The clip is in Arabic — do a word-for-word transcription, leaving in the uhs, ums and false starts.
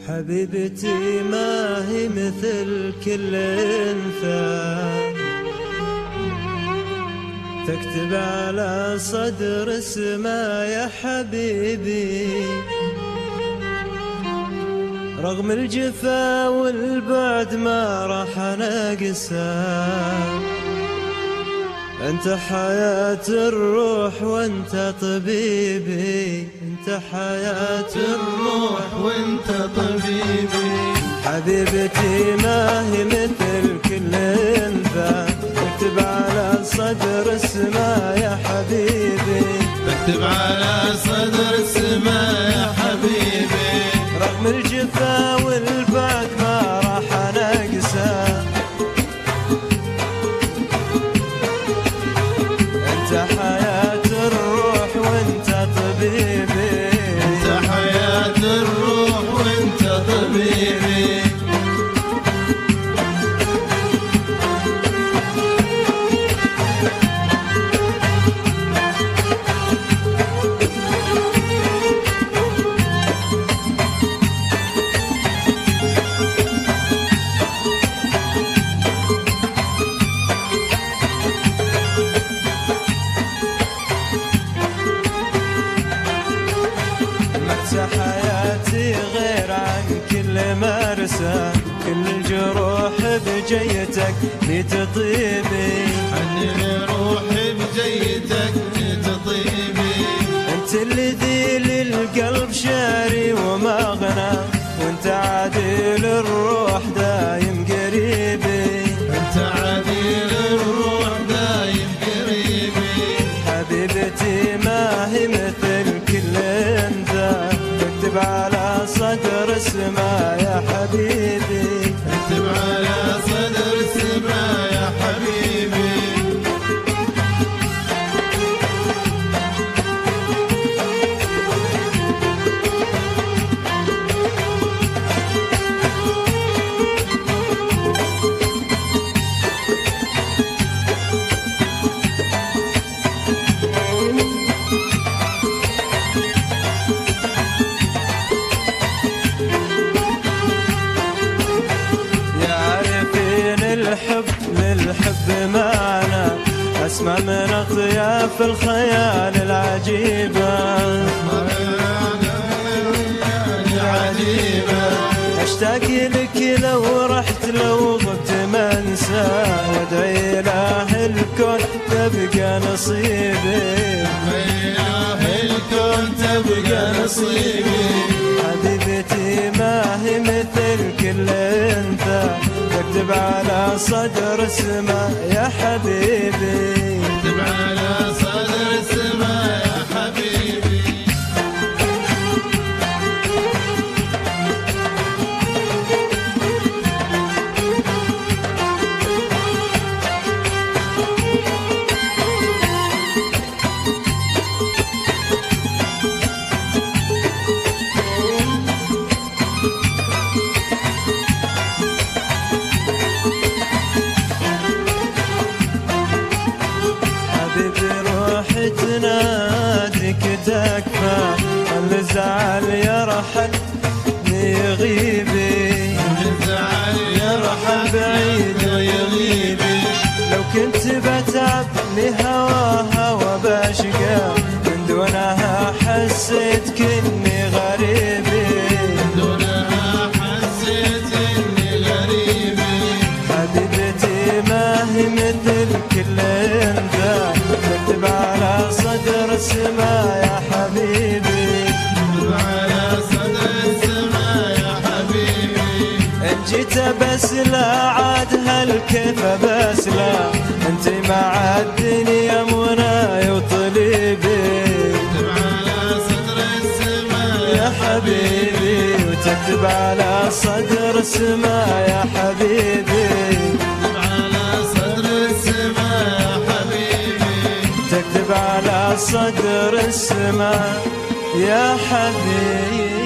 حبيبتي ما هي مثل كل انثى، تكتب على صدر اسمها يا حبيبي، رغم الجفا والبعد ما راح اناقسها. انت حياة الروح وانت طبيبي، انت حياة الروح وانت طبيبي. حبيبتي ما هي مثل كل انثى، تكتب على صدر اسمها يا حبيبي، تكتب على صدر اسمها يا حبيبي، رغم الجفا والبعد ما راح اناقسها. انت حياة الروح وانت طبيبي، انت حياة الروح وانت طبيبي. حياتي غير عن كل مرسى، كل الجروح بجيتك لتطيبي، حني روحي بجيتك لتطيبي. انت الذي للقلب شاري وما غنى، وانت عادل الروح دايم قريبي، انت عادل الروح دايم قريبي. حبيبتي ما هي مثل كل انثى، تكتب على صدر اسمها يا حبيبي، تكتب على صدر اسمها يا حبيبي. الحب للحب معنا أسمى من أطياف الخيال العجيبة، أشتاق لك لو رحت لو غبت ما انسى، وادعي له الكون تبقى نصيبي، إله الكون تبقى نصيبي. حبيبتي ما هي مثل كل انثى، تكتب على صدر اسمها يا حبيبي، تكتب على صدر اسمها يا حبيبي. تناديك تكفى، الزعل يرحل يغيبي، الزعل يرحل بعيد ويغيبي. لو كنت بتعب لهواها وبشقى، من دونها حسيت كني غريبي، من دونها حسيت اني غريبي. حبيبتي ما هي مثل كل انثى، تكتب على صدر اسمها يا حبيبي، تكتب على صدر اسمها يا حبيبي. ان جيت بسلا عاد هالكيف بسلا، انت مع الدنيا مناي وطليبي، تكتب على صدر اسمها يا حبيبي، وتكتب على صدر اسمها يا حبيبي، تكتب على صدر اسمها يا حبيبي. تكتب على صدر اسمها يا حبيبي.